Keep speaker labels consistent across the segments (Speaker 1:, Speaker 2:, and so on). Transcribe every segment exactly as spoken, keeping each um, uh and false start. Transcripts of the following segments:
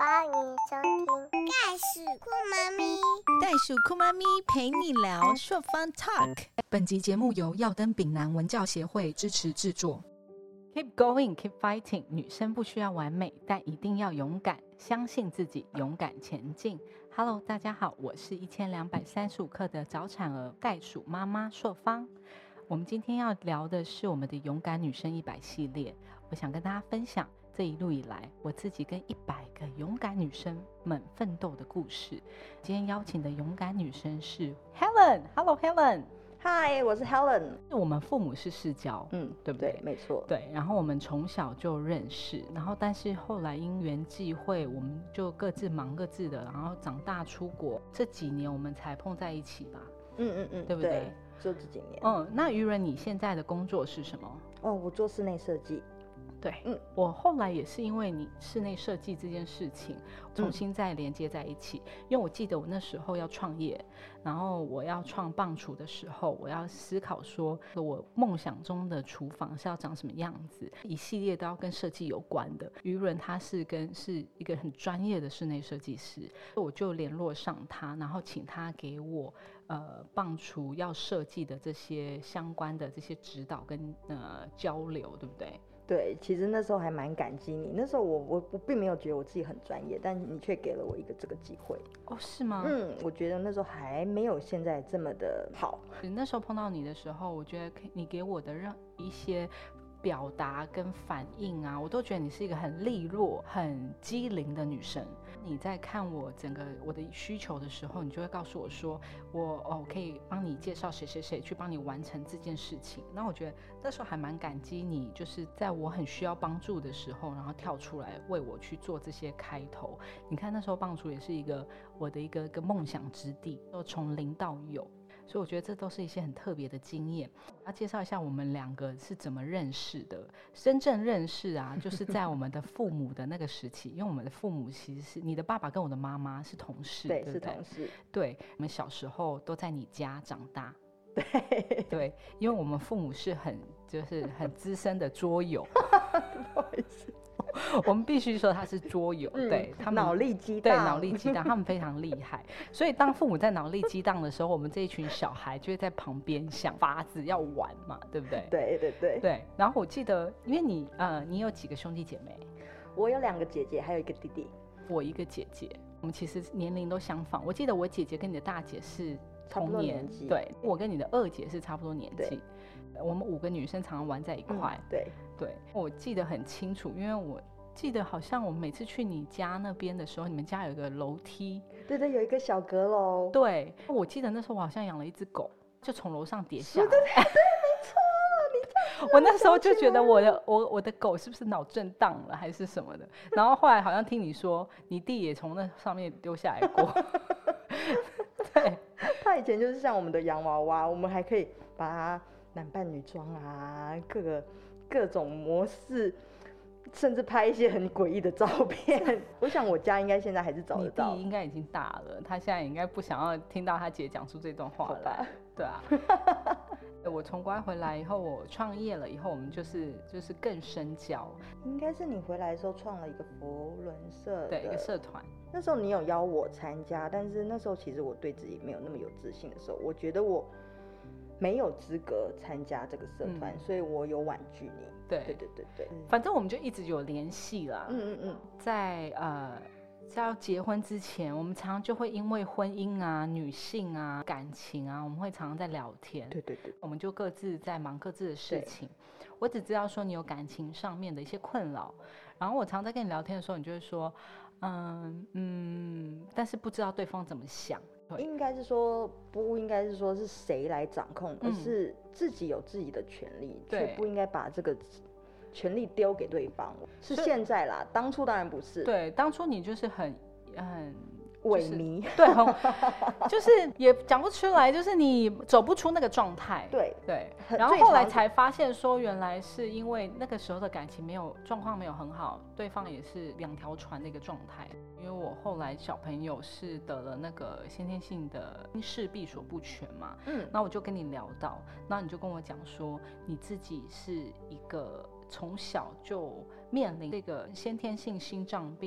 Speaker 1: 欢迎收听
Speaker 2: 袋鼠酷妈咪，
Speaker 3: 袋鼠酷妈咪陪你聊朔方 Talk。
Speaker 4: 本集节目由耀登丙南文教协会支持制作。
Speaker 3: Keep going, keep fighting。 女生不需要完美，但一定要勇敢，相信自己，勇敢前进。 Hello， 大家好，我是一千两百三十五克的早产儿袋鼠妈妈朔方。我们今天要聊的是我们的勇敢女生一百系列。我想跟大家分享这一路以来我自己跟一百个勇敢女生们奋斗的故事。今天邀请的勇敢女生是 Helen。Hello Helen。
Speaker 5: 嗨，我是 Helen。
Speaker 3: 我们父母是世交，
Speaker 5: 嗯，
Speaker 3: 对不对？
Speaker 5: 对，没错。
Speaker 3: 对，然后我们从小就认识，然后但是后来因缘际会，我们就各自忙各自的，然后长大出国，这几年我们才碰在一起吧。
Speaker 5: 嗯嗯嗯，
Speaker 3: 对不对？对，
Speaker 5: 就这几年。
Speaker 3: 嗯，那于仁，你现在的工作是什么？
Speaker 5: 哦，我做室内设计。
Speaker 3: 对，
Speaker 5: 嗯，
Speaker 3: 我后来也是因为你室内设计这件事情重新再连接在一起、嗯、因为我记得我那时候要创业，然后我要创棒厨的时候，我要思考说我梦想中的厨房是要长什么样子，一系列都要跟设计有关的。于仁他是跟是一个很专业的室内设计师，我就联络上他，然后请他给我呃棒厨要设计的这些相关的这些指导跟呃交流，对不对？
Speaker 5: 对，其实那时候还蛮感激你。那时候我我我并没有觉得我自己很专业，但你却给了我一个这个机会。
Speaker 3: 哦，是吗？
Speaker 5: 嗯，我觉得那时候还没有现在这么的好。
Speaker 3: 那时候碰到你的时候，我觉得你给我的任一些表达跟反应啊，我都觉得你是一个很利落、很机灵的女生。你在看我整个我的需求的时候，你就会告诉我说，我哦可以帮你介绍谁谁谁去帮你完成这件事情。那我觉得那时候还蛮感激你，就是在我很需要帮助的时候，然后跳出来为我去做这些开头。你看那时候棒厨也是一个我的一个一个梦想之地，就从零到有。所以我觉得这都是一些很特别的经验。要介绍一下我们两个是怎么认识的。真正认识啊，就是在我们的父母的那个时期，因为我们的父母其实是你的爸爸跟我的妈妈是同事，
Speaker 5: 对，
Speaker 3: 对不对？
Speaker 5: 是同事。
Speaker 3: 对，我们小时候都在你家长大。
Speaker 5: 对
Speaker 3: 对，因为我们父母是很就是很资深的桌友。
Speaker 5: 不好意思。
Speaker 3: 我们必须说他是桌友、嗯、对他们
Speaker 5: 脑力激荡，
Speaker 3: 对脑力激荡，他们非常厉害。所以当父母在脑力激荡的时候，我们这一群小孩就会在旁边想法子要玩嘛，对不对？
Speaker 5: 对对对
Speaker 3: 对。然后我记得，因为你呃，你有几个兄弟姐妹？
Speaker 5: 我有两个姐姐，还有一个弟弟。
Speaker 3: 我一个姐姐，我们其实年龄都相仿。我记得我姐姐跟你的大姐是同年，对，我跟你的二姐是差不多年纪。我们五个女生常常玩在一块、
Speaker 5: 嗯、对
Speaker 3: 对，我记得很清楚，因为我记得好像我们每次去你家那边的时候，你们家有一个楼梯，
Speaker 5: 对对，有一个小阁楼。
Speaker 3: 对，我记得那时候我好像养了一只狗，就从楼上跌下来。
Speaker 5: 对对对，没错。你
Speaker 3: 我那时候就觉得我的我我的狗是不是脑震荡了还是什么的，然后后来好像听你说你弟也从那上面丢下来过。对，
Speaker 5: 他以前就是像我们的洋娃娃，我们还可以把它男扮女装啊，各个各种模式，甚至拍一些很诡异的照片。我想我家应该现在还是找得到。
Speaker 3: 你弟应该已经大了，他现在应该不想要听到他姐讲出这段话来。对啊。我从国外回来以后，我创业了以后，我们就是就是更深交。
Speaker 5: 应该是你回来的时候创了一个佛伦社，
Speaker 3: 对，一个社团。
Speaker 5: 那时候你有邀我参加，但是那时候其实我对自己没有那么有自信的时候，我觉得我没有资格参加这个社团、嗯，所以我有婉拒你。
Speaker 3: 对
Speaker 5: 对对对对，
Speaker 3: 反正我们就一直有联系啦。
Speaker 5: 嗯嗯嗯，
Speaker 3: 在呃。在要结婚之前，我们常常就会因为婚姻啊、女性啊、感情啊，我们会常常在聊天。
Speaker 5: 对对对，
Speaker 3: 我们就各自在忙各自的事情。我只知道说你有感情上面的一些困扰，然后我常在跟你聊天的时候，你就会说，嗯嗯，但是不知道对方怎么想。
Speaker 5: 应该是说，不应该是说是谁来掌控，而是自己有自己的权利，却不应该把这个权力丢给对方。是现在啦，当初当然不是。
Speaker 3: 对，当初你就是很很
Speaker 5: 萎靡、
Speaker 3: 就是，对，很就是也讲不出来，就是你走不出那个状态。
Speaker 5: 对
Speaker 3: 对，然后后来才发现说，原来是因为那个时候的感情没有状况没有很好，对方也是两条船的一个状态。因为我后来小朋友是得了那个先天性的因势闭锁不全嘛，嗯，那我就跟你聊到，那你就跟我讲说，你自己是一个从小就面临这个先天性心脏病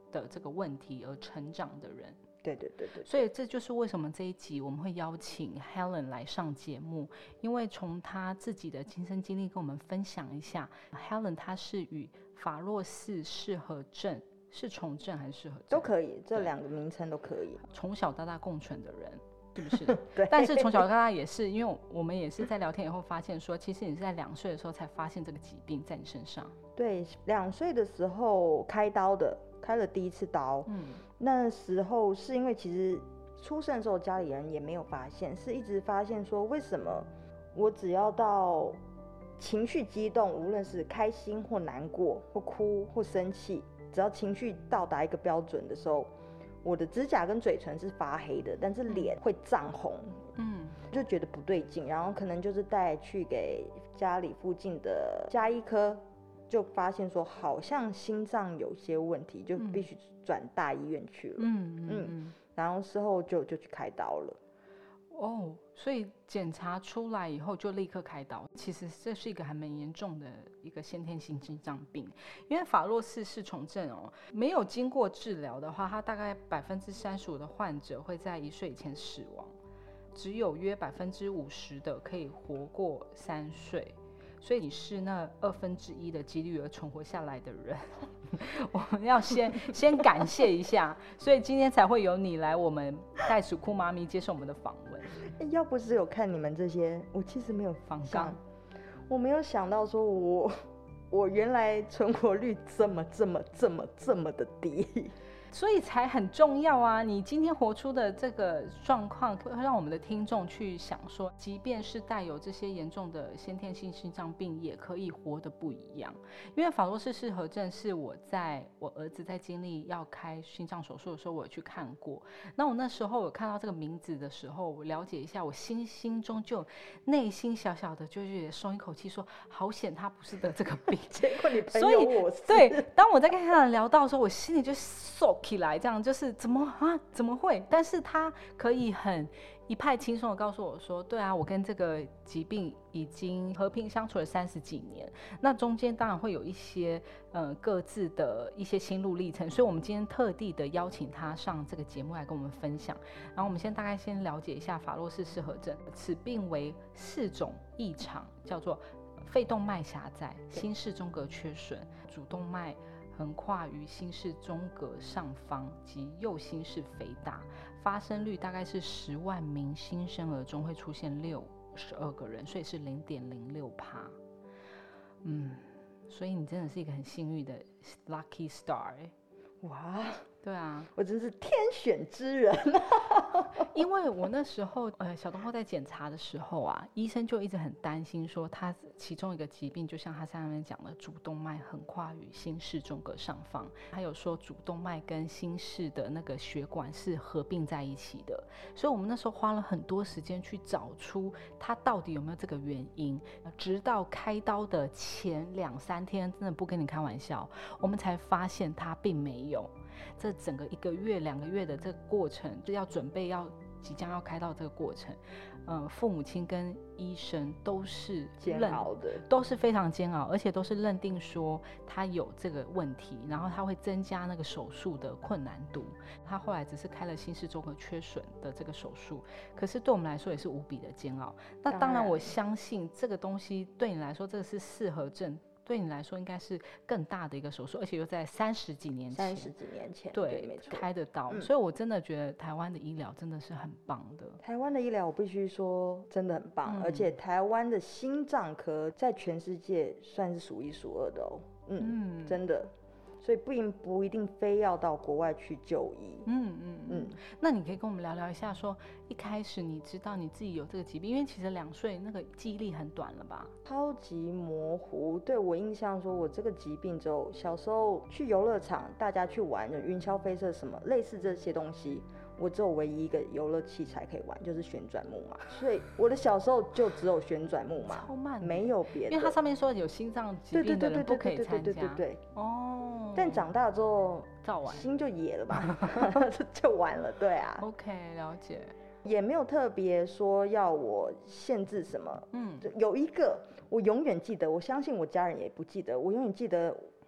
Speaker 3: 的这个问题而成长的人。
Speaker 5: 对对对 对, 对，
Speaker 3: 所以这就是为什么这一集我们会邀请 Helen 来上节目，因为从她自己的亲身经历跟我们分享一下。 Helen 她是与法洛氏氏合症，是重症还是氏合症
Speaker 5: 都可以，这两个名称都可以，
Speaker 3: 从小到大共存的人，是不是？
Speaker 5: 对。
Speaker 3: 但是从小到大也是，因为我们也是在聊天以后发现说，其实你是在两岁的时候才发现这个疾病在你身上。
Speaker 5: 对，两岁的时候开刀的，开了第一次刀。嗯，那时候是因为其实出生的时候家里人也没有发现，是一直发现说为什么我只要到情绪激动，无论是开心或难过或哭或生气，只要情绪到达一个标准的时候，我的指甲跟嘴唇是发黑的，但是脸会涨红。嗯，就觉得不对劲，然后可能就是带去给家里附近的家医科，就发现说好像心脏有些问题，就必须转大医院去了。嗯 嗯, 嗯，然后之后就就去开刀了。
Speaker 3: 哦，所以检查出来以后就立刻开刀。其实这是一个还蛮严重的一个先天性心脏病，因为法洛氏氏重症哦，没有经过治疗的话，它大概百分之三十五的患者会在一岁以前死亡，只有约百分之五十的可以活过三岁。所以你是那二分之一的几率而存活下来的人，我们要先先感谢一下，所以今天才会由你来我们袋鼠酷妈咪接受我们的访问。
Speaker 5: 欸、要不是有看你们这些，我其实没有
Speaker 3: 访纲，
Speaker 5: 我没有想到说我我原来存活率这么这么这么这么的低。
Speaker 3: 所以才很重要啊！你今天活出的这个状况，会让我们的听众去想说，即便是带有这些严重的先天性心脏病，也可以活得不一样。因为法洛氏氏合症是我在我儿子在经历要开心脏手术的时候，我有去看过。那我那时候有看到这个名字的时候，我了解一下，我心心中就内心小小的就是松一口气说，好险他不是得这个病。
Speaker 5: 结果你朋友我是。
Speaker 3: 对，当我在跟他聊到的时候，我心里就受起来，这样就是怎么啊？怎么会？但是他可以很一派轻松的告诉我说，对啊，我跟这个疾病已经和平相处了三十几年，那中间当然会有一些呃各自的一些心路历程，所以我们今天特地的邀请他上这个节目来跟我们分享。然后我们先大概先了解一下法洛氏氏合症，此病为四种异常，叫做肺动脉狭窄、心室中隔缺损、主动脉横跨于心室中隔上方及右心室肥大，发生率大概是十万名新生儿中会出现六十二个人，所以是零点零六趴。嗯，所以你真的是一个很幸运的 lucky star、欸。
Speaker 5: 哇，
Speaker 3: 对啊，
Speaker 5: 我真是天选之人。
Speaker 3: 因为我那时候呃小东后在检查的时候啊，医生就一直很担心说他其中一个疾病，就像他在那边讲的，主动脉横跨于心室中隔上方，还有说主动脉跟心室的那个血管是合并在一起的，所以我们那时候花了很多时间去找出他到底有没有这个原因，直到开刀的前两三天，真的不跟你开玩笑，我们才发现他并没有。这整个一个月两个月的这个过程，就要准备要即将要开刀这个过程，呃，父母亲跟医生都是
Speaker 5: 煎熬的，
Speaker 3: 都是非常煎熬，而且都是认定说他有这个问题，然后他会增加那个手术的困难度。他后来只是开了心室中隔缺损的这个手术，可是对我们来说也是无比的煎熬。那当然，我相信这个东西对你来说，这个是氏合症。对你来说应该是更大的一个手术，而且又在三十几年前，
Speaker 5: 三十几年前，
Speaker 3: 对，
Speaker 5: 对没错，
Speaker 3: 开得到、嗯，所以我真的觉得台湾的医疗真的是很棒的。
Speaker 5: 台湾的医疗我必须说真的很棒、嗯，而且台湾的心脏科在全世界算是数一数二的哦，嗯，嗯真的。所以不一不一定非要到国外去就医。嗯
Speaker 3: 嗯嗯。那你可以跟我们聊聊一下说，说一开始你知道你自己有这个疾病，因为其实两岁那个记忆力很短了吧？
Speaker 5: 超级模糊。对我印象说，我这个疾病之后，小时候去游乐场，大家去玩云霄飞车什么类似这些东西。我只有唯一一个游乐器材可以玩，就是旋转木马，所以我的小时候就只有旋转木马，
Speaker 3: 超慢，
Speaker 5: 没有别的。
Speaker 3: 因为它上面说有心脏疾病的人不可以参加。
Speaker 5: 对对对对对。
Speaker 3: 哦。
Speaker 5: 但长大之后，
Speaker 3: 照玩，
Speaker 5: 心就野了吧，就玩了，对啊。
Speaker 3: OK， 了解。
Speaker 5: 也没有特别说要我限制什么，嗯，有一个我永远记得，我相信我家人也不记得，我永远记得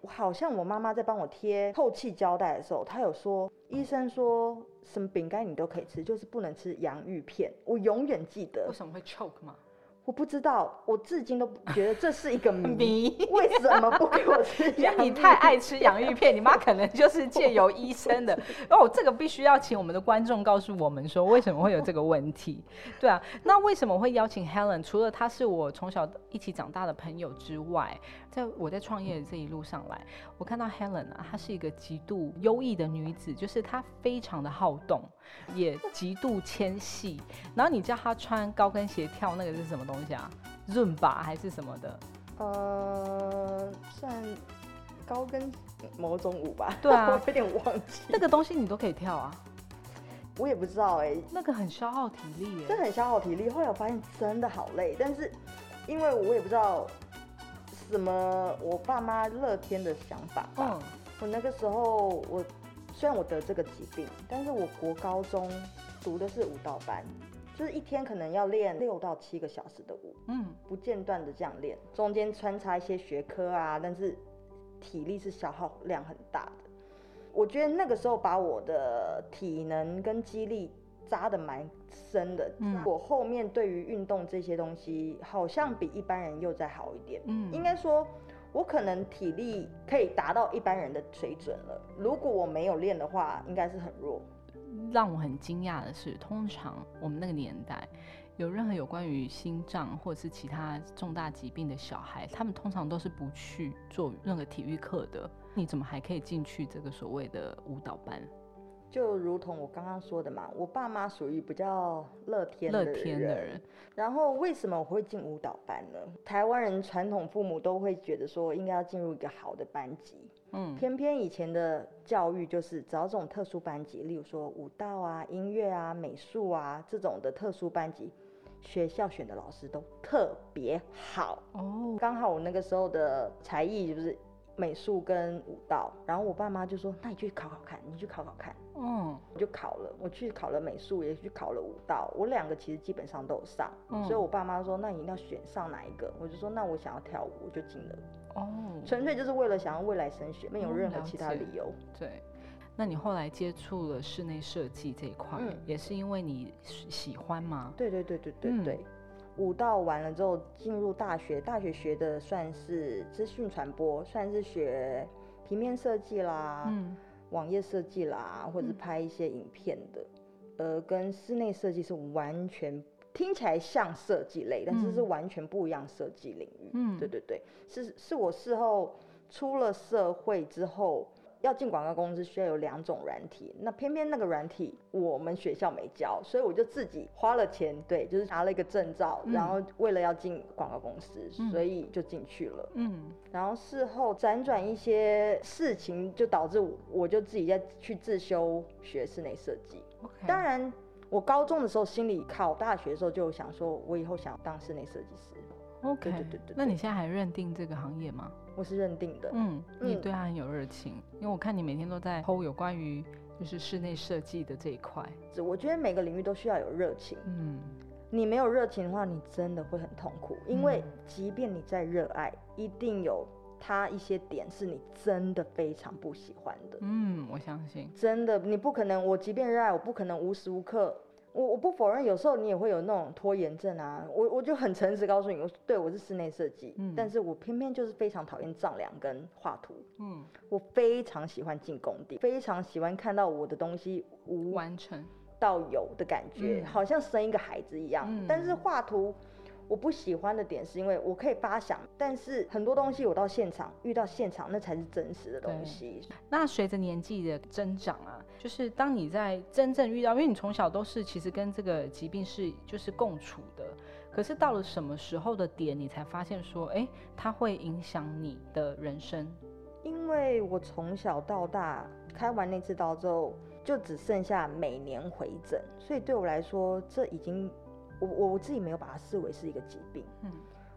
Speaker 5: 好像我妈妈在帮我贴透气胶带的时候，她有说，医生说什么饼干你都可以吃，就是不能吃洋芋片。我永远记得。
Speaker 3: 为什么会 choke 吗？
Speaker 5: 我不知道，我至今都觉得这是一个谜。
Speaker 3: 谜
Speaker 5: 为什么不给我吃洋芋片？
Speaker 3: 你太爱吃洋芋片，你妈可能就是借由医生的。哦，这个必须要请我们的观众告诉我们说，为什么会有这个问题？对啊，那为什么会邀请 Helen？ 除了她是我从小一起长大的朋友之外，在我在创业的这一路上来，我看到 Helen 啊，她是一个极度优异的女子，就是她非常的好动，也极度纤细。然后你叫她穿高跟鞋跳那个是什么东西啊？Zumba 还是什么的？
Speaker 5: 呃，算高跟某种舞吧。
Speaker 3: 对啊，
Speaker 5: 我有点忘记。
Speaker 3: 那个东西你都可以跳啊？
Speaker 5: 我也不知道哎、欸，
Speaker 3: 那个很消耗体力耶、欸，
Speaker 5: 这很消耗体力。后来我发现真的好累，但是因为我也不知道什么，我爸妈乐天的想法吧。嗯，我那个时候我虽然我得这个疾病，但是我国高中读的是舞蹈班。就是一天可能要练六到七个小时的舞，嗯，不间断的这样练，中间穿插一些学科啊，但是体力是消耗量很大的。我觉得那个时候把我的体能跟肌力扎得蛮深的，嗯，我后面对于运动这些东西好像比一般人又再好一点，嗯，应该说我可能体力可以达到一般人的水准了，如果我没有练的话，应该是很弱。
Speaker 3: 让我很惊讶的是，通常我们那个年代有任何有关于心脏或者是其他重大疾病的小孩，他们通常都是不去做任何体育课的。你怎么还可以进去这个所谓的舞蹈班？
Speaker 5: 就如同我刚刚说的嘛，我爸妈属于比较乐天的人，
Speaker 3: 乐天的人。
Speaker 5: 然后为什么我会进舞蹈班呢？台湾人传统父母都会觉得说应该要进入一个好的班级。嗯，偏偏以前的教育就是只要这种特殊班级，例如说舞蹈啊、音乐啊、美术啊这种的特殊班级，学校选的老师都特别好哦。刚好我那个时候的才艺就是美术跟舞蹈，然后我爸妈就说：“那你去考考看，你去考考看。”嗯，我就考了，我去考了美术，也去考了舞蹈，我两个其实基本上都有上，嗯，所以我爸妈说：“那你一定要选上哪一个？”我就说：“那我想要跳舞，我就进了。”哦，纯粹就是为了想要未来升学，没有任何其他理由。
Speaker 3: 对，那你后来接触了室内设计这一块，嗯，也是因为你喜欢吗？
Speaker 5: 对对对对对对。嗯，舞蹈完了之后进入大学，大学学的算是资讯传播，算是学平面设计啦，嗯，网页设计啦，或者拍一些影片的，呃，跟室内设计是完全。听起来像设计类，但是是完全不一样设计领域。嗯，对对对，是是我事后出了社会之后，要进广告公司需要有两种软体，那偏偏那个软体我们学校没教，所以我就自己花了钱，对，就是拿了一个证照，嗯，然后为了要进广告公司，嗯，所以就进去了。嗯，然后事后辗转一些事情，就导致我我就自己再去自修学室内设计。Okay. 当然。我高中的时候，心里考大学的时候就想说，我以后想当室内设计师。
Speaker 3: OK， 对对对对。那你现在还认定这个行业吗？
Speaker 5: 我是认定的。嗯，
Speaker 3: 你对它很有热情，嗯，因为我看你每天都在 po 有关于就是室内设计的这一块。
Speaker 5: 我觉得每个领域都需要有热情。嗯，你没有热情的话，你真的会很痛苦，因为即便你再热爱，一定有它一些点是你真的非常不喜欢的。
Speaker 3: 嗯，我相信。
Speaker 5: 真的，你不可能，我即便热爱，我不可能无时无刻。我我不否认，有时候你也会有那种拖延症啊。我我就很诚实告诉你，我对我是室内设计，嗯，但是我偏偏就是非常讨厌丈量跟画图。嗯，我非常喜欢进工地，非常喜欢看到我的东西无
Speaker 3: 完成
Speaker 5: 到有的感觉，嗯，好像生一个孩子一样。嗯，但是画图。我不喜欢的点是因为我可以发想，但是很多东西我到现场遇到现场，那才是真实的东西。
Speaker 3: 那随着年纪的增长啊，就是当你在真正遇到，因为你从小都是其实跟这个疾病是就是共处的，可是到了什么时候的点，你才发现说，哎，它会影响你的人生？
Speaker 5: 因为我从小到大开完那次刀之后，就只剩下每年回诊，所以对我来说，这已经。我我自己没有把它视为是一个疾病，嗯，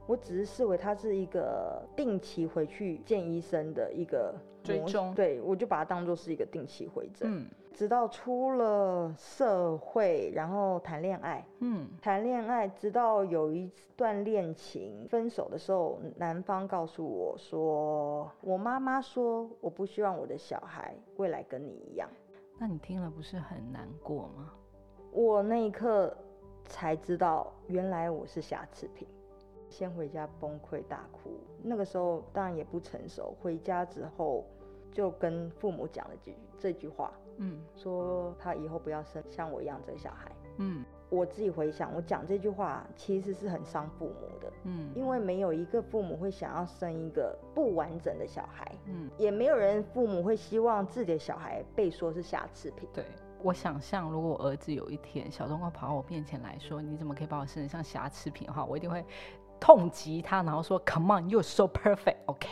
Speaker 5: 我只是视为它是一个定期回去见医生的一个
Speaker 3: 追踪，
Speaker 5: 对，我就把它当作是一个定期回诊。
Speaker 3: 嗯，
Speaker 5: 直到出了社会，然后谈恋爱，
Speaker 3: 嗯，
Speaker 5: 谈恋爱，直到有一段恋情分手的时候，男方告诉我说，我妈妈说我不希望我的小孩未来跟你一样。
Speaker 3: 那你听了不是很难过吗？
Speaker 5: 我那一刻才知道，原来我是瑕疵品。先回家崩溃大哭，那个时候当然也不成熟。回家之后就跟父母讲了这句这句话，
Speaker 3: 嗯，
Speaker 5: 说他以后不要生像我一样这个小孩。
Speaker 3: 嗯，
Speaker 5: 我自己回想，我讲这句话其实是很伤父母的，
Speaker 3: 嗯，
Speaker 5: 因为没有一个父母会想要生一个不完整的小孩，
Speaker 3: 嗯，
Speaker 5: 也没有人父母会希望自己的小孩被说是瑕疵品。
Speaker 3: 对。我想象，如果我儿子有一天小冬瓜跑到我面前来说，你怎么可以把我生得像瑕疵品的话，我一定会痛击他，然后说 Come on, you're so perfect, OK 。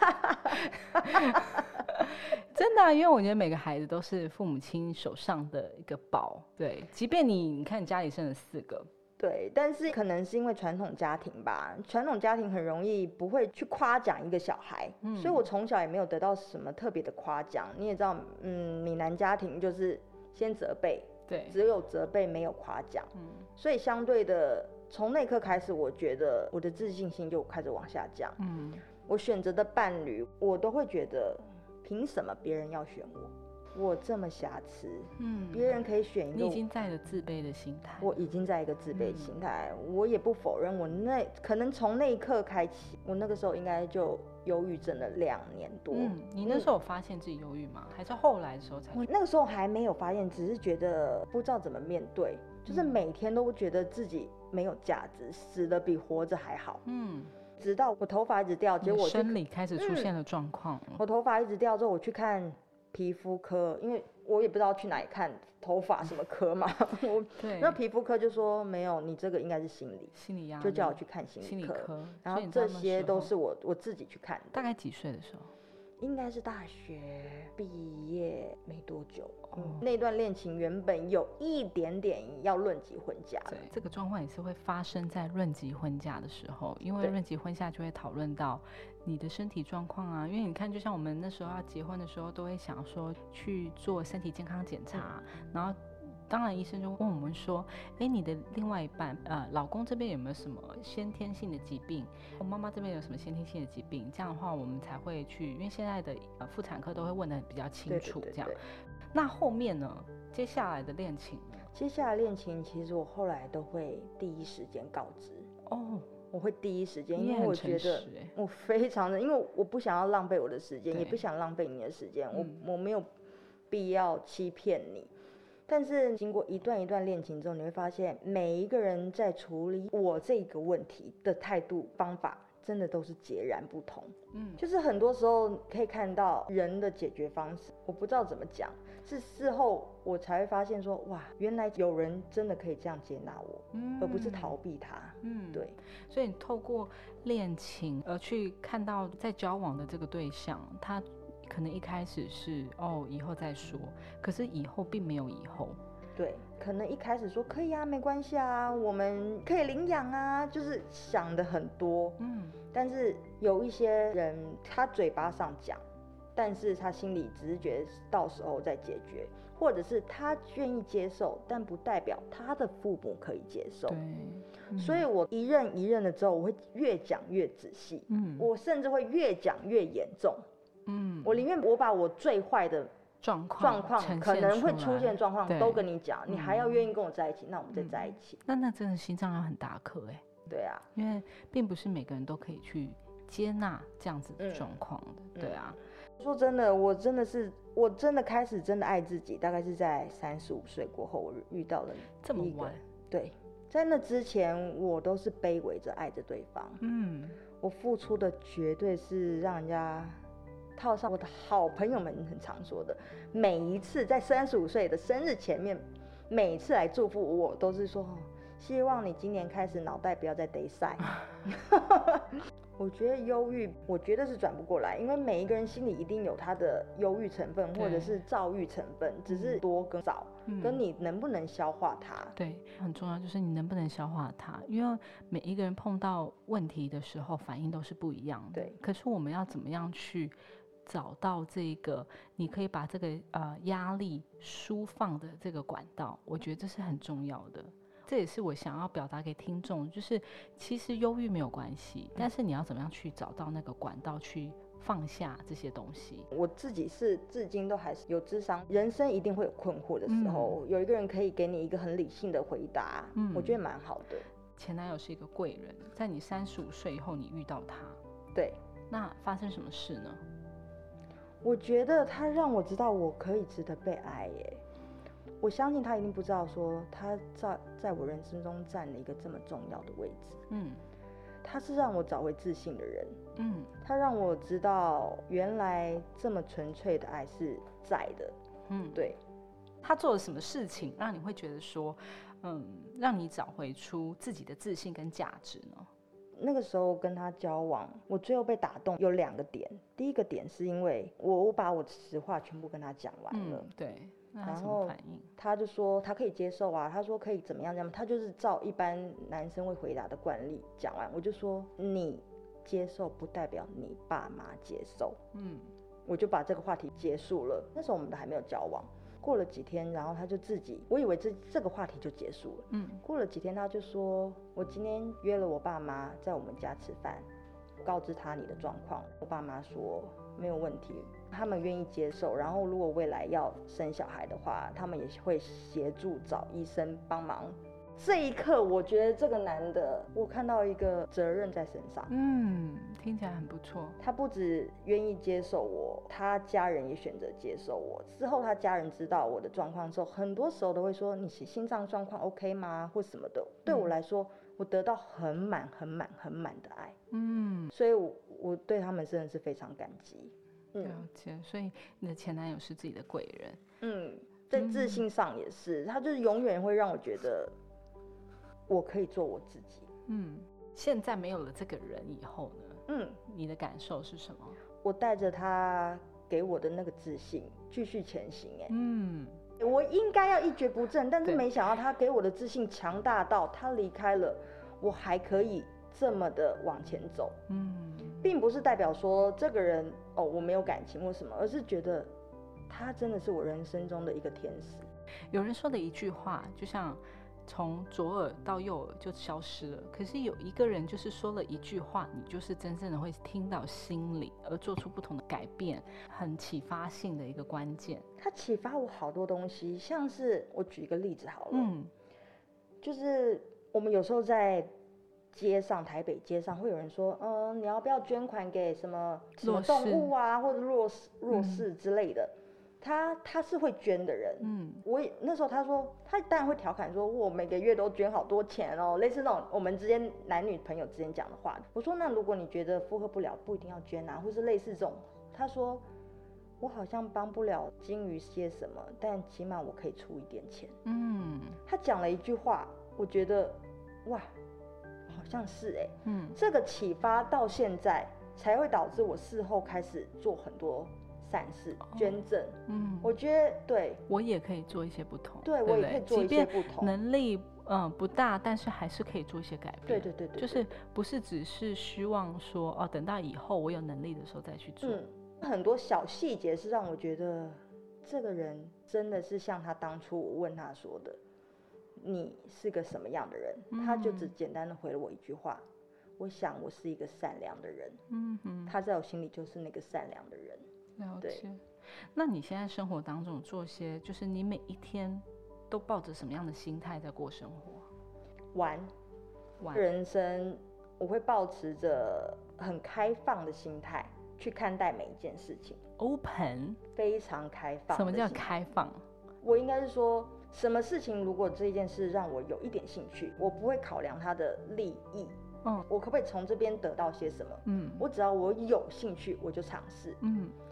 Speaker 3: 真的、啊，因为我觉得每个孩子都是父母亲手上的一个宝。对，即便你你看家里生了四个。
Speaker 5: 对，但是可能是因为传统家庭吧，传统家庭很容易不会去夸奖一个小孩，嗯、所以我从小也没有得到什么特别的夸奖。你也知道，嗯，闽南家庭就是先责备，
Speaker 3: 对，
Speaker 5: 只有责备没有夸奖，嗯，所以相对的，从那一刻开始，我觉得我的自信心就开始往下降，嗯，我选择的伴侣，我都会觉得，凭什么别人要选我？我这么瑕疵，嗯，别人可以选一个，
Speaker 3: 你已经在了自卑的心态，
Speaker 5: 我已经在一个自卑心态，嗯、我也不否认，我那可能从那一刻开启，我那个时候应该就忧郁症了两年多。
Speaker 3: 嗯，你那时候有发现自己忧郁吗？还是后来的时候才？
Speaker 5: 我那个时候还没有发现，只是觉得不知道怎么面对，就是每天都觉得自己没有价值，死的比活着还好。嗯。直到我头发一直掉，结果我
Speaker 3: 生理开始出现了状况、嗯。
Speaker 5: 我头发一直掉之后，我去看皮肤科，因为我也不知道去哪里看头发什么科嘛。我
Speaker 3: 对，
Speaker 5: 那皮肤科就说没有，你这个应该是心理，
Speaker 3: 心理压力，
Speaker 5: 就叫我去看心理科。
Speaker 3: 心理科，
Speaker 5: 然后这些都是我我自己去看的。
Speaker 3: 大概几岁的时候？
Speaker 5: 应该是大学毕业没多久。哦、嗯，那段恋情原本有一点点要论及婚嫁。
Speaker 3: 对，这个状况也是会发生在论及婚嫁的时候，因为论及婚嫁就会讨论到你的身体状况啊。因为你看，就像我们那时候要结婚的时候，都会想说去做身体健康检查，嗯、然后。当然，医生就问我们说：“哎，你的另外一半，呃，老公这边有没有什么先天性的疾病？我妈妈这边有什么先天性的疾病？这样的话，我们才会去，因为现在的呃妇产科都会问得比较清楚，这样。那后面呢？接下来的恋情呢？
Speaker 5: 接下来恋情，其实我后来都会第一时间告知。哦，我会第一时间，因为我觉得我非常的，因为我不想要浪费我的时间，也不想浪费你的时间，我我没有必要欺骗你。”但是经过一段一段恋情之后，你会发现每一个人在处理我这个问题的态度方法真的都是截然不同。嗯，就是很多时候可以看到人的解决方式，我不知道怎么讲，是事后我才会发现说，哇，原来有人真的可以这样接纳我，嗯、而不是逃避他。嗯，对。
Speaker 3: 所以你透过恋情而去看到在交往的这个对象，他。可能一开始是哦，以后再说，可是以后并没有以后。
Speaker 5: 对，可能一开始说可以啊，没关系啊，我们可以领养啊，就是想的很多。嗯，但是有一些人他嘴巴上讲，但是他心里只是觉得到时候再解决，或者是他愿意接受，但不代表他的父母可以接受。
Speaker 3: 对，
Speaker 5: 嗯、所以我一任一任的之后，我会越讲越仔细，嗯，我甚至会越讲越严重。嗯，我宁愿我把我最坏的
Speaker 3: 状况
Speaker 5: 状况可能会出现状况都跟你讲，你还要愿意跟我在一起，那我们再在一起。
Speaker 3: 嗯、那那真的心脏要很大颗哎。
Speaker 5: 对啊，
Speaker 3: 因为并不是每个人都可以去接纳这样子的状况的。嗯、对啊，
Speaker 5: 说真的，我真的是我真的开始真的爱自己，大概是在三十五岁过后，我遇到了
Speaker 3: 这么晚。
Speaker 5: 对，在那之前我都是卑微着爱着对方。嗯，我付出的绝对是让人家。套上我的好朋友们很常说的，每一次在三十五岁的生日前面，每一次来祝福我，都是说希望你今年开始脑袋不要再得塞。 我觉得忧郁，我觉得是转不过来，因为每一个人心里一定有他的忧郁成分，或者是躁郁成分，只是多跟少，嗯、跟你能不能消化它。
Speaker 3: 对，很重要，就是你能不能消化它，因为每一个人碰到问题的时候反应都是不一样的。
Speaker 5: 对，
Speaker 3: 可是我们要怎么样去找到这个你可以把这个呃压力抒放的这个管道，我觉得这是很重要的。这也是我想要表达给听众，就是其实忧郁没有关系，但是你要怎么样去找到那个管道去放下这些东西。
Speaker 5: 我自己是至今都还是有智商，人生一定会有困惑的时候，嗯、有一个人可以给你一个很理性的回答，嗯、我觉得蛮好的。
Speaker 3: 前男友是一个贵人，在你三十五岁以后你遇到他，
Speaker 5: 对，
Speaker 3: 那发生什么事呢？
Speaker 5: 我觉得他让我知道我可以值得被爱耶。我相信他一定不知道说他在在我人生中占了一个这么重要的位置。嗯，他是让我找回自信的人。嗯，他让我知道原来这么纯粹的爱是在的。嗯，对。
Speaker 3: 他做了什么事情让你会觉得说，嗯，让你找回出自己的自信跟价值呢？
Speaker 5: 那个时候跟他交往，我最后被打动有两个点。第一个点是因为我我把我的实话全部跟他讲完了。
Speaker 3: 嗯，对。那他
Speaker 5: 然后他就说他可以接受啊，他说可以怎么样怎么样，他就是照一般男生会回答的惯例讲完，我就说你接受不代表你爸妈接受，嗯，我就把这个话题结束了。那时候我们都还没有交往，过了几天，然后他就自己，我以为这这个话题就结束了，嗯，过了几天他就说我今天约了我爸妈在我们家吃饭，告知他你的状况，我爸妈说没有问题，他们愿意接受，然后如果未来要生小孩的话，他们也会协助找医生帮忙。这一刻我觉得这个男的，我看到一个责任在身上。
Speaker 3: 嗯，听起来很不错。
Speaker 5: 他不只愿意接受我，他家人也选择接受我。之后他家人知道我的状况之后，很多时候都会说你心脏状况 OK 吗或什么的。对我来说，我得到很满很满很满的爱。嗯，所以我我对他们真的是非常感激。
Speaker 3: 了解，所以你的前男友是自己的贵人。
Speaker 5: 嗯，在自信上也是，他就是永远会让我觉得我可以做我自己。
Speaker 3: 嗯，现在没有了这个人以后呢？嗯，你的感受是什么？
Speaker 5: 我带着他给我的那个自信继续前行。哎，嗯，我应该要一蹶不振，但是没想到他给我的自信强大到他离开了，我还可以这么的往前走。嗯。并不是代表说这个人哦我没有感情或什么，而是觉得他真的是我人生中的一个天使。
Speaker 3: 有人说的一句话，就像从左耳到右耳就消失了，可是有一个人就是说了一句话，你就是真正的会听到心里，而做出不同的改变，很启发性的一个关键。
Speaker 5: 他启发我好多东西，像是我举一个例子好了，嗯，就是我们有时候在街上，台北街上会有人说，嗯，你要不要捐款给什么什么动物啊，或者弱势弱势之类的。嗯、他他是会捐的人，嗯，我也那时候他说，他当然会调侃说，我每个月都捐好多钱哦，类似那种我们之间男女朋友之间讲的话。我说那如果你觉得负荷不了，不一定要捐啊，或是类似这种。他说我好像帮不了金鱼些什么，但起码我可以出一点钱。嗯，他讲了一句话，我觉得哇。好像是哎、欸，嗯，这个启发到现在才会导致我事后开始做很多善事、哦、捐赠，嗯，我觉得对
Speaker 3: 我也可以做一些不同，
Speaker 5: 对, 对我也可以做一些不同，
Speaker 3: 能力嗯不大，但是还是可以做一些改变，
Speaker 5: 对对对 对, 对，
Speaker 3: 就是不是只是希望说哦，等到以后我有能力的时候再去做，嗯，
Speaker 5: 很多小细节是让我觉得这个人真的是像他当初我问他说的。你是个什么样的人？嗯、他就只简单的回了我一句话，我想我是一个善良的人。嗯哼，他在我心里就是那个善良的人。
Speaker 3: 了解。那你现在生活当中做些，就是你每一天都抱着什么样的心态在过生活？
Speaker 5: 玩，玩。人生我会抱持着很开放的心态去看待每一件事情。
Speaker 3: Open，
Speaker 5: 非常开放。
Speaker 3: 什么叫开放？
Speaker 5: 我应该是说。什么事情如果这件事让我有一点兴趣，我不会考量它的利益，嗯，我可不可以从这边得到些什么，嗯，我只要我有兴趣我就尝试，嗯，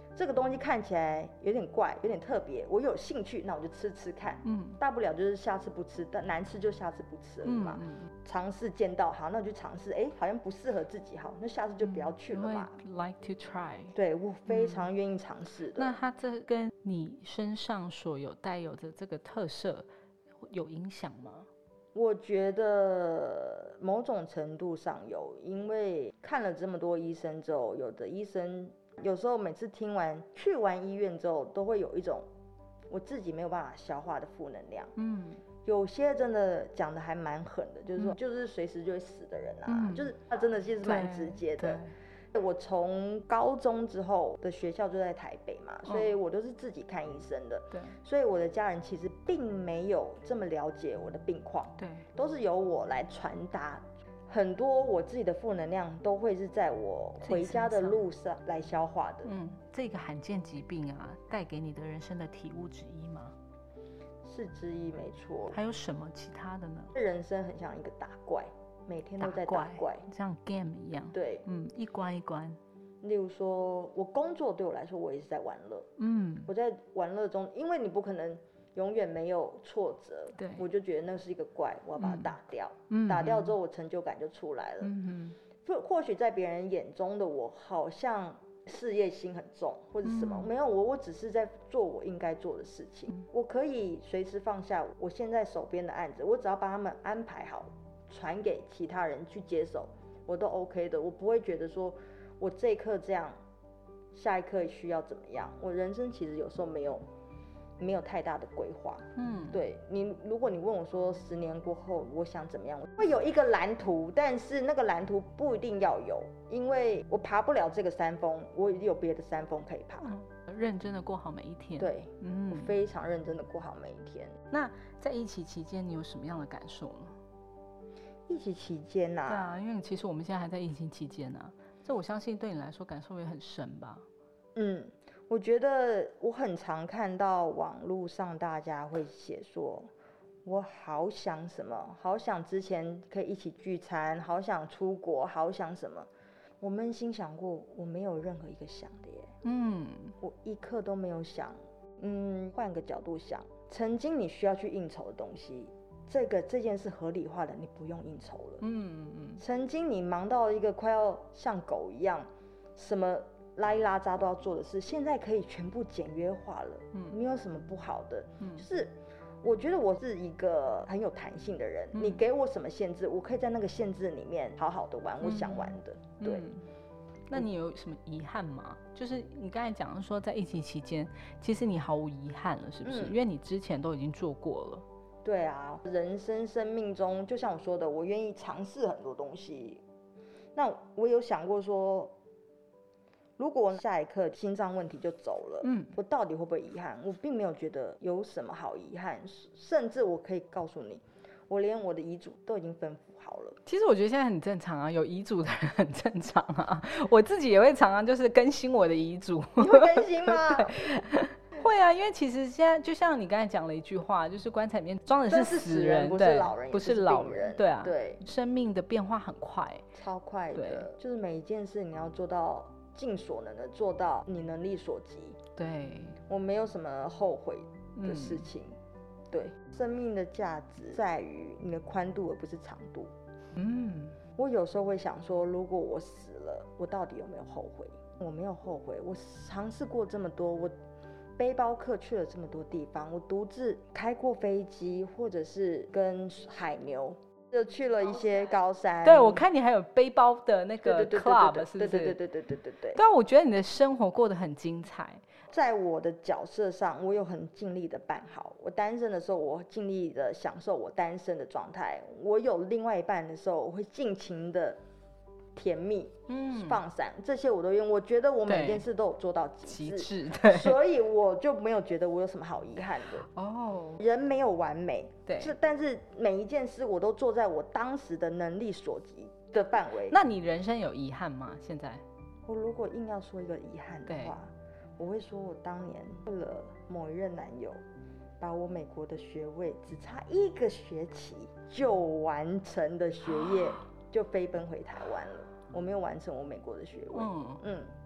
Speaker 5: 这个东西看起来有点怪，有点特别，我有兴趣，那我就吃吃看。
Speaker 3: 嗯，
Speaker 5: 大不了就是下次不吃，但难吃就下次不吃了嘛。
Speaker 3: 嗯嗯
Speaker 5: 尝试见到好，那我就尝试，哎，好像不适合自己，好，那下次就不要去了嘛。
Speaker 3: 因为 like to try。
Speaker 5: 对，我非常愿意尝试的。
Speaker 3: 那它这跟你身上所有带有的这个特色有影响吗？
Speaker 5: 我觉得某种程度上有，因为看了这么多医生之后，有的医生有时候每次听完去完医院之后，都会有一种我自己没有办法消化的负能量。
Speaker 3: 嗯，
Speaker 5: 有些真的讲的还蛮狠的，就是说、嗯、就是随时就会死的人啊，嗯、就是他真的是蛮直接的。我从高中之后的学校就在台北嘛，所以我都是自己看医生的。对，所以我的家人其实并没有这么了解我的病况，对，都是由我来传达。很多我自己的负能量都会是在我回家的路上来消化的。
Speaker 3: 嗯，这个罕见疾病啊，带给你的人生的体悟之一吗？
Speaker 5: 是之一，没错。
Speaker 3: 还有什么其他的呢？
Speaker 5: 人生很像一个打怪。每天都在打怪，
Speaker 3: 像 game 一样。
Speaker 5: 对，
Speaker 3: 嗯，一关一关。
Speaker 5: 例如说，我工作对我来说，我也是在玩乐。嗯，我在玩乐中，因为你不可能永远没有挫折，对，我就觉得那是一个怪，我要把它打掉。嗯，打掉之后，我成就感就出来了。嗯哼，或许在别人眼中的我，好像事业心很重，或者什么，嗯、没有我，我只是在做我应该做的事情。嗯、我可以随时放下我现在手边的案子，我只要把他们安排好。传给其他人去接手，我都 OK 的，我不会觉得说我这一刻这样，下一刻需要怎么样。我人生其实有时候没有没有太大的规划，嗯，对你，如果你问我说十年过后我想怎么样，我会有一个蓝图，但是那个蓝图不一定要有，因为我爬不了这个山峰，我有别的山峰可以爬。嗯，
Speaker 3: 认真的过好每一天。
Speaker 5: 对，嗯，我非常认真的过好每一天。
Speaker 3: 那在疫情期间，你有什么样的感受呢？
Speaker 5: 疫情期间呐、啊，
Speaker 3: 对啊，因为其实我们现在还在疫情期间啊，这我相信对你来说感受也很深吧。
Speaker 5: 嗯，我觉得我很常看到网络上大家会写说，我好想什么，好想之前可以一起聚餐，好想出国，好想什么。我扪心想过，我没有任何一个想的耶。嗯，我一刻都没有想。嗯，换个角度想，曾经你需要去应酬的东西。这个这件事合理化的，你不用应酬了。嗯嗯。曾经你忙到一个快要像狗一样，什么拉一拉渣都要做的事，现在可以全部简约化了。嗯，没有什么不好的。嗯，就是我觉得我是一个很有弹性的人，嗯、你给我什么限制，我可以在那个限制里面好好的玩我想玩的。嗯、对。嗯，
Speaker 3: 那你有什么遗憾吗？就是你刚才讲说，在疫情期间，其实你毫无遗憾了，是不是？嗯、因为你之前都已经做过了。
Speaker 5: 对啊，人生生命中，就像我说的，我愿意尝试很多东西。那我有想过说，如果下一刻心脏问题就走了，嗯，我到底会不会遗憾？我并没有觉得有什么好遗憾，甚至我可以告诉你，我连我的遗嘱都已经吩咐好了。
Speaker 3: 其实我觉得现在很正常啊，有遗嘱的人很正常啊，我自己也会常常就是更新我的遗嘱。
Speaker 5: 你会更新吗？
Speaker 3: 会啊，因为其实现在就像你刚才讲了一句话，就是棺材里面装的是死人，
Speaker 5: 不是老人，
Speaker 3: 不是老人，对啊，
Speaker 5: 对，
Speaker 3: 生命的变化很快，
Speaker 5: 超快的，就是每一件事你要做到尽所能的做到你能力所及。
Speaker 3: 对，
Speaker 5: 我没有什么后悔的事情。嗯、对，生命的价值在于你的宽度，而不是长度。嗯，我有时候会想说，如果我死了，我到底有没有后悔？我没有后悔，我尝试过这么多，我。背包客去了这么多地方，我独自开过飞机，或者是跟海牛就去了一些高山。
Speaker 3: 对，我看你还有背包的那个 club， 是不是？
Speaker 5: 对对对对对对对对。
Speaker 3: 对啊，我觉得你的生活过得很精彩。
Speaker 5: 在我的角色上，我有很尽力的办好。我单身的时候，我尽力的享受我单身的状态；我有另外一半的时候，我会尽情的。甜蜜，嗯，放闪，这些我都用。我觉得我每件事都有做到极致，对，所以我就没有觉得我有什么好遗憾的。哦，人没有完美，对，但是每一件事我都做在我当时的能力所及的范围。
Speaker 3: 那你人生有遗憾吗？现在？
Speaker 5: 我如果硬要说一个遗憾的话，我会说我当年为了某一任男友，把我美国的学位只差一个学期就完成的学业，就飞奔回台湾了。我没有完成我美国的学位。嗯嗯，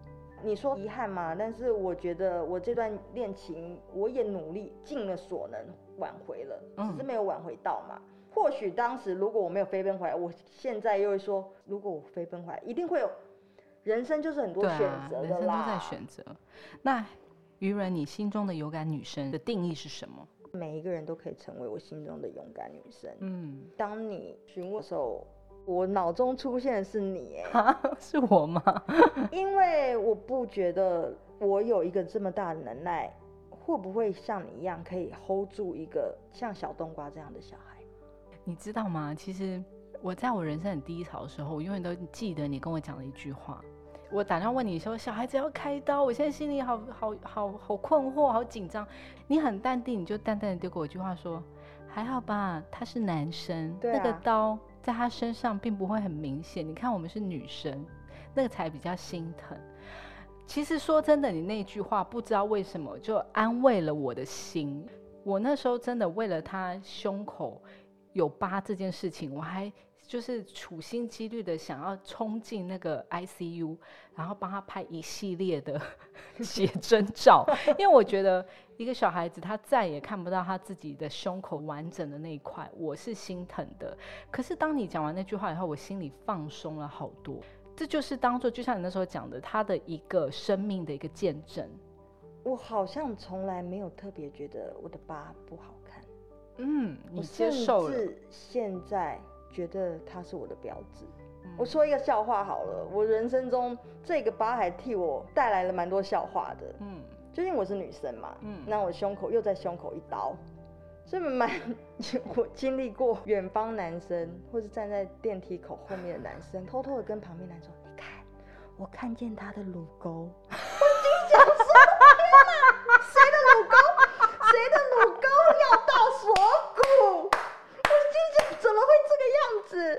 Speaker 5: 你说遗憾吗？但是我觉得我这段恋情，我也努力尽了所能挽回了，只是没有挽回到嘛。嗯、或许当时如果我没有飞奔回来，我现在又会说，如果我飞奔回来，一定会有。人生就是很多选择的啦，
Speaker 3: 对啊，人生都在选择。那于仁，你心中的勇敢女生的定义是什么？
Speaker 5: 每一个人都可以成为我心中的勇敢女生。
Speaker 3: 嗯，
Speaker 5: 当你询问的时候，我脑中出现的是你，
Speaker 3: 哎，是我吗？
Speaker 5: 因为我不觉得我有一个这么大的能耐，会不会像你一样可以 hold 住一个像小冬瓜这样的小孩？
Speaker 3: 你知道吗？其实我在我人生很低潮的时候，我永远都记得你跟我讲的一句话。我打电话问你说小孩子要开刀，我现在心里好好好好困惑，好紧张。你很淡定，你就淡淡的丢给我一句话说，还好吧，他是男生，
Speaker 5: 啊、
Speaker 3: 那个刀在他身上并不会很明显。你看我们是女生，那个才比较心疼。其实说真的，你那句话不知道为什么就安慰了我的心。我那时候真的为了他胸口有疤这件事情，我还就是处心积虑的想要冲进那个 I C U， 然后帮他拍一系列的写真照，因为我觉得一个小孩子他再也看不到他自己的胸口完整的那一块，我是心疼的。可是当你讲完那句话以后，我心里放松了好多。这就是当作就像你那时候讲的，他的一个生命的一个见证。
Speaker 5: 我好像从来没有特别觉得我的疤不好看。
Speaker 3: 嗯，你接受了。
Speaker 5: 我甚至现在觉得它是我的标志。嗯、我说一个笑话好了，我人生中这个疤还替我带来了蛮多笑话的。嗯，就因为我是女生嘛，嗯，那我胸口又在胸口一刀，所以蛮我经历过远方男生，或是站在电梯口后面的男生，偷偷的跟旁边男生说：“你看，我看见他的乳沟。”我心想说：“天哪，谁的乳沟？谁的乳沟要到锁骨？”我心想怎么会这个样子？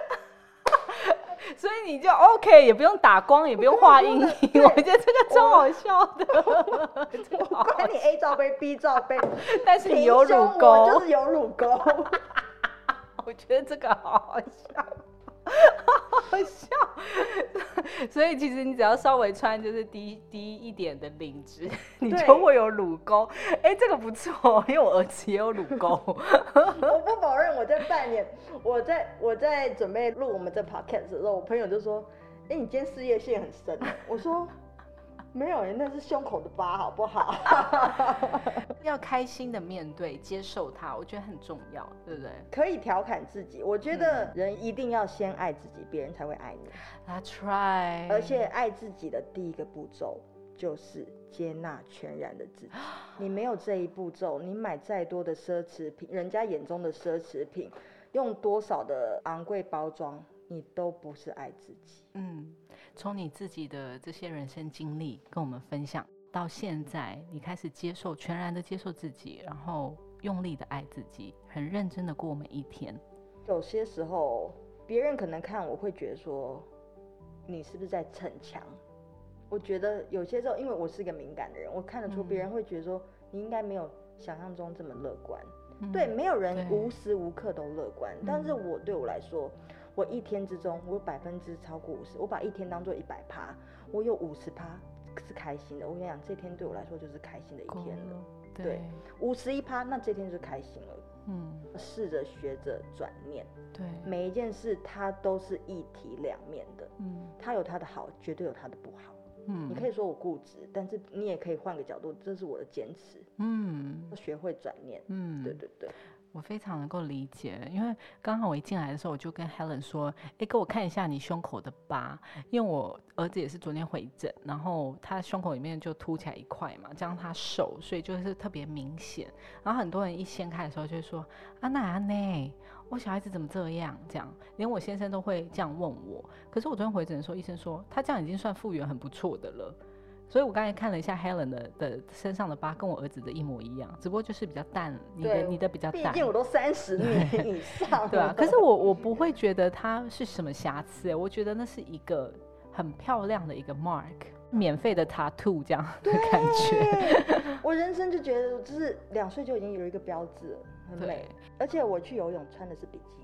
Speaker 3: 所以你就 OK， 也不用打光，也不用画阴影，我觉得这个超好笑的。
Speaker 5: 我管你 A 罩杯 B 罩杯，
Speaker 3: 但是你有乳沟，
Speaker 5: 我就是有乳沟。
Speaker 3: 我觉得这个好好笑，好好笑。所以其实你只要稍微穿就是低低一点的领子，你就会有乳沟。哎、欸，这个不错，因为我儿子也有乳沟。
Speaker 5: 我不否认，我在半年，我在我在准备录我们这 podcast 的时候，我朋友就说：“哎、欸，你今天事业线很深。”我说：“没有，那是胸口的疤，好不好？”
Speaker 3: 要开心的面对，接受它，我觉得很重要，对不对？
Speaker 5: 可以调侃自己，我觉得人一定要先爱自己，别人才会爱你。
Speaker 3: That's right。
Speaker 5: 而且爱自己的第一个步骤就是接纳全然的自己。你没有这一步骤，你买再多的奢侈品，人家眼中的奢侈品，用多少的昂贵包装，你都不是爱自己。
Speaker 3: 嗯，从你自己的这些人生经历跟我们分享。到现在，你开始接受，全然的接受自己，然后用力的爱自己，很认真的过每一天。
Speaker 5: 有些时候，别人可能看我会觉得说，你是不是在逞强？我觉得有些时候，因为我是一个敏感的人，我看得出别人会觉得说，你应该没有想象中这么乐观。嗯、对，没有人无时无刻都乐观，但是我对我来说，我一天之中，我有百分之超过五十，我把一天当做一百趴，我有五十趴。是开心的，我跟你讲，这天对我来说就是开心的一天了。对，五十一趴，那这天就开心了。嗯，试着学着转念。
Speaker 3: 对，
Speaker 5: 每一件事它都是一体两面的。嗯，它有它的好，绝对有它的不好。嗯，你可以说我固执，但是你也可以换个角度，这是我的坚持。嗯，学会转念。嗯，对对对。
Speaker 3: 我非常能够理解，因为刚好我一进来的时候，我就跟 Helen 说：“哎，给我看一下你胸口的疤，因为我儿子也是昨天回诊，然后他胸口里面就凸起来一块嘛，加上他瘦，所以就是特别明显。然后很多人一掀开的时候就会说：啊，那啊呢，我小孩子怎么这样？这样，连我先生都会这样问我。可是我昨天回诊的时候，医生说他这样已经算复原很不错的了。”所以我刚才看了一下 Helen 的, 的身上的疤，跟我儿子的一模一样，只不过就是比较淡，你的你的比较淡。
Speaker 5: 毕竟我都三十年以上，
Speaker 3: 对啊。可是我我不会觉得它是什么瑕疵，我觉得那是一个很漂亮的一个 mark， 免费的 tattoo 这样的感觉。
Speaker 5: 我人生就觉得，就是两岁就已经有一个标志了，很美。而且我去游泳穿的是比基尼。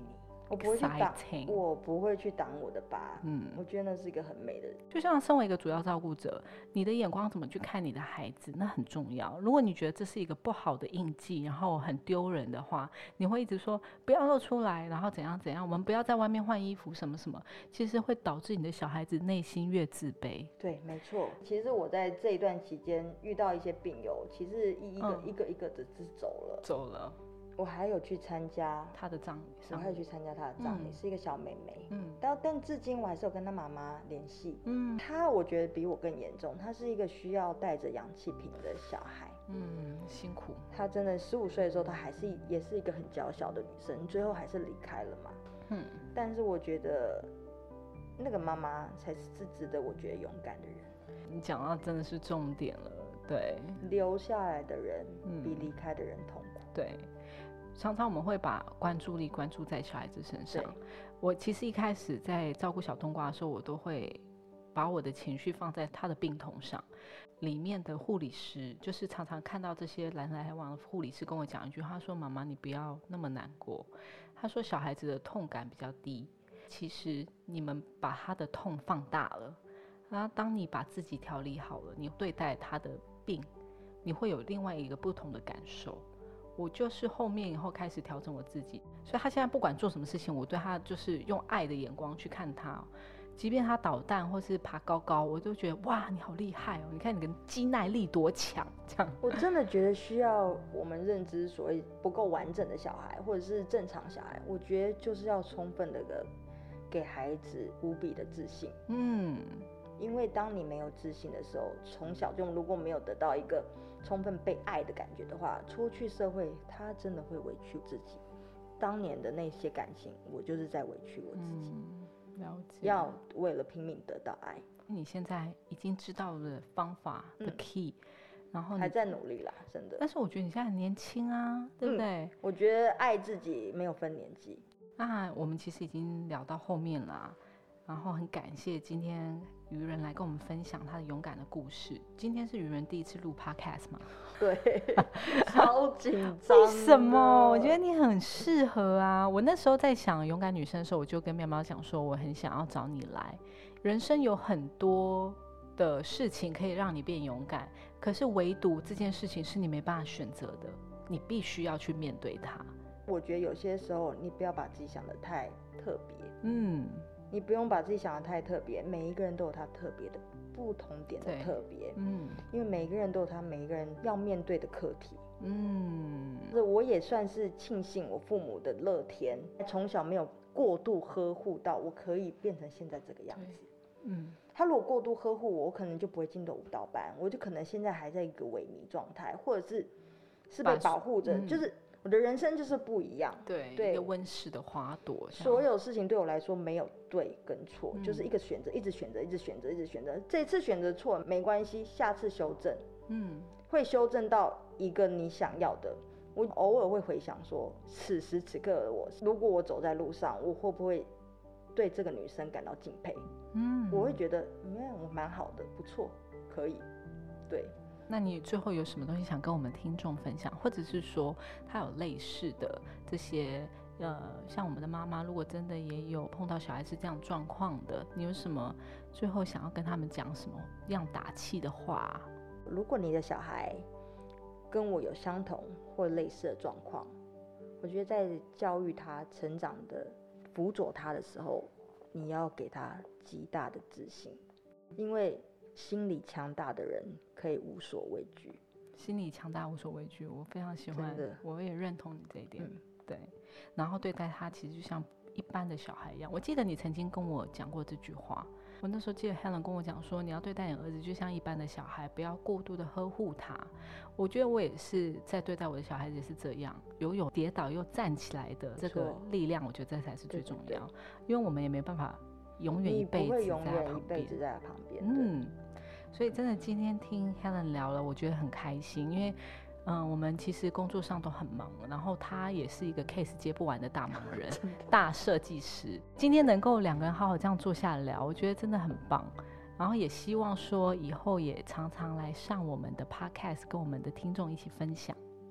Speaker 5: 我不会去挡
Speaker 3: exciting，
Speaker 5: 我不会去挡我的疤，
Speaker 3: 嗯，
Speaker 5: 我觉得那是一个很美的。
Speaker 3: 就像身为一个主要照顾者，你的眼光怎么去看你的孩子，那很重要。如果你觉得这是一个不好的印记，然后很丢人的话，你会一直说不要露出来，然后怎样怎样，我们不要在外面换衣服什么什么，其实会导致你的小孩子内心越自卑。
Speaker 5: 对，没错。其实我在这一段期间遇到一些病友，其实一一个、
Speaker 3: 嗯、
Speaker 5: 一个一个的是走了，
Speaker 3: 走了。
Speaker 5: 我还有去参加
Speaker 3: 他的葬礼，
Speaker 5: 我还有去参加他的葬礼，嗯、是一个小妹妹，嗯，但但至今我还是有跟她妈妈联系，嗯，她我觉得比我更严重，她是一个需要带着氧气瓶的小孩，
Speaker 3: 嗯，辛苦，
Speaker 5: 她真的十五岁的时候，她还是也是一个很娇小的女生，最后还是离开了嘛，嗯，但是我觉得那个妈妈才是值得我觉得勇敢的人。
Speaker 3: 你讲到真的是重点了，对，
Speaker 5: 留下来的人比离开的人痛苦，
Speaker 3: 嗯、对。常常我们会把关注力关注在小孩子身上。我其实一开始在照顾小冬瓜的时候，我都会把我的情绪放在他的病童上。里面的护理师就是常常看到这些来来往的护理师跟我讲一句话，说：“妈妈，你不要那么难过。”他说小孩子的痛感比较低，其实你们把他的痛放大了。然后当你把自己调理好了，你对待他的病，你会有另外一个不同的感受。我就是后面以后开始调整我自己，所以他现在不管做什么事情，我对他就是用爱的眼光去看他，即便他捣蛋或是爬高高，我都觉得哇，你好厉害哦！你看你的肌耐力多强，这样。
Speaker 5: 我真的觉得需要我们认知所谓不够完整的小孩，或者是正常小孩，我觉得就是要充分的给孩子无比的自信。嗯，因为当你没有自信的时候，从小就如果没有得到一个充分被爱的感觉的话，出去社会他真的会委屈自己。当年的那些感情，我就是在委屈我自己。
Speaker 3: 嗯，了解。
Speaker 5: 要为了拼命得到爱。
Speaker 3: 你现在已经知道了方法的 key，、嗯、然后
Speaker 5: 还在努力啦，真的。
Speaker 3: 但是我觉得你现在很年轻啊，对不对？
Speaker 5: 嗯、我觉得爱自己没有分年纪。
Speaker 3: 那我们其实已经聊到后面了，然后很感谢今天愚人来跟我们分享他的勇敢的故事。今天是愚人第一次录 podcast 嘛？
Speaker 5: 对，超紧张。
Speaker 3: 为什么？我觉得你很适合啊。我那时候在想勇敢女生的时候，我就跟喵喵讲说，我很想要找你来。人生有很多的事情可以让你变勇敢，可是唯独这件事情是你没办法选择的，你必须要去面对它。
Speaker 5: 我觉得有些时候你不要把自己想得太特别，
Speaker 3: 嗯，
Speaker 5: 你不用把自己想得太特别，每一个人都有他特别的不同点的特别，嗯，因为每一个人都有他每一个人要面对的课题，嗯，我也算是庆幸我父母的乐天，从小没有过度呵护到我可以变成现在这个样子，嗯，他如果过度呵护我，我可能就不会进到舞蹈班，我就可能现在还在一个萎靡状态，或者是是被保护着，嗯、就是我的人生就是不一样，
Speaker 3: 对，对一个温室的花朵，
Speaker 5: 所有事情对我来说没有对跟错，嗯、就是一个选择，一直选择，一直选择，一直选择。这次选择错没关系，下次修正，嗯，会修正到一个你想要的。我偶尔会回想说，此时此刻的我，如果我走在路上，我会不会对这个女生感到敬佩？嗯，我会觉得，嗯，我蛮好的，不错，可以，对。
Speaker 3: 那你最后有什么东西想跟我们听众分享，或者是说他有类似的这些呃，像我们的妈妈，如果真的也有碰到小孩子这样状况的，你有什么最后想要跟他们讲什么样打气的话？
Speaker 5: 如果你的小孩跟我有相同或类似的状况，我觉得在教育他、成长的辅佐他的时候，你要给他极大的自信，因为心理强大的人可以无所畏惧。
Speaker 3: 心理强大无所畏惧，我非常喜欢，我也认同你这一点。嗯、对，然后对待他其实就像一般的小孩一样。我记得你曾经跟我讲过这句话，我那时候记得 Helen 跟我讲说，你要对待你儿子就像一般的小孩，不要过度的呵护他。我觉得我也是在对待我的小孩子也是这样，有有跌倒又站起来的这个力量，我觉得这才是最重要。对对对，因为我们也没办法永远一辈子在他旁边，
Speaker 5: 你不会永远一辈子在他旁边。
Speaker 3: 嗯，所以真的今天听 Helen 聊了，我觉得很开心，因为嗯，我们其实工作上都很忙，然后他也是一个 case 接不完的大忙人，大设计师。今天能够两个人好好这样坐下来聊，我觉得真的很棒。然后也希望说以后也常常来上我们的 podcast， 跟我们的听众一起分享。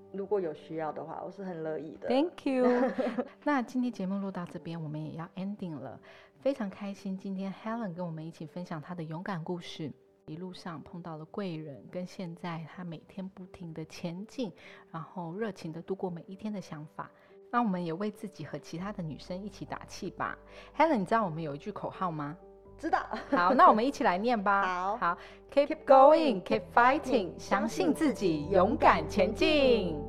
Speaker 5: 如果有需要的话，我是很乐意的。
Speaker 3: Thank you 那今天节目录到这边，我们也要 ending 了，非常开心今天 Helen 跟我们一起分享她的勇敢故事，一路上碰到了贵人，跟现在她每天不停的前进，然后热情的度过每一天的想法。那我们也为自己和其他的女生一起打气吧。 Helen 你知道我们有一句口号吗？
Speaker 5: 知道。
Speaker 3: 好，那我们一起来念吧。
Speaker 5: 好
Speaker 3: 好 Keep going, keep fighting， 相信自己，勇敢前进。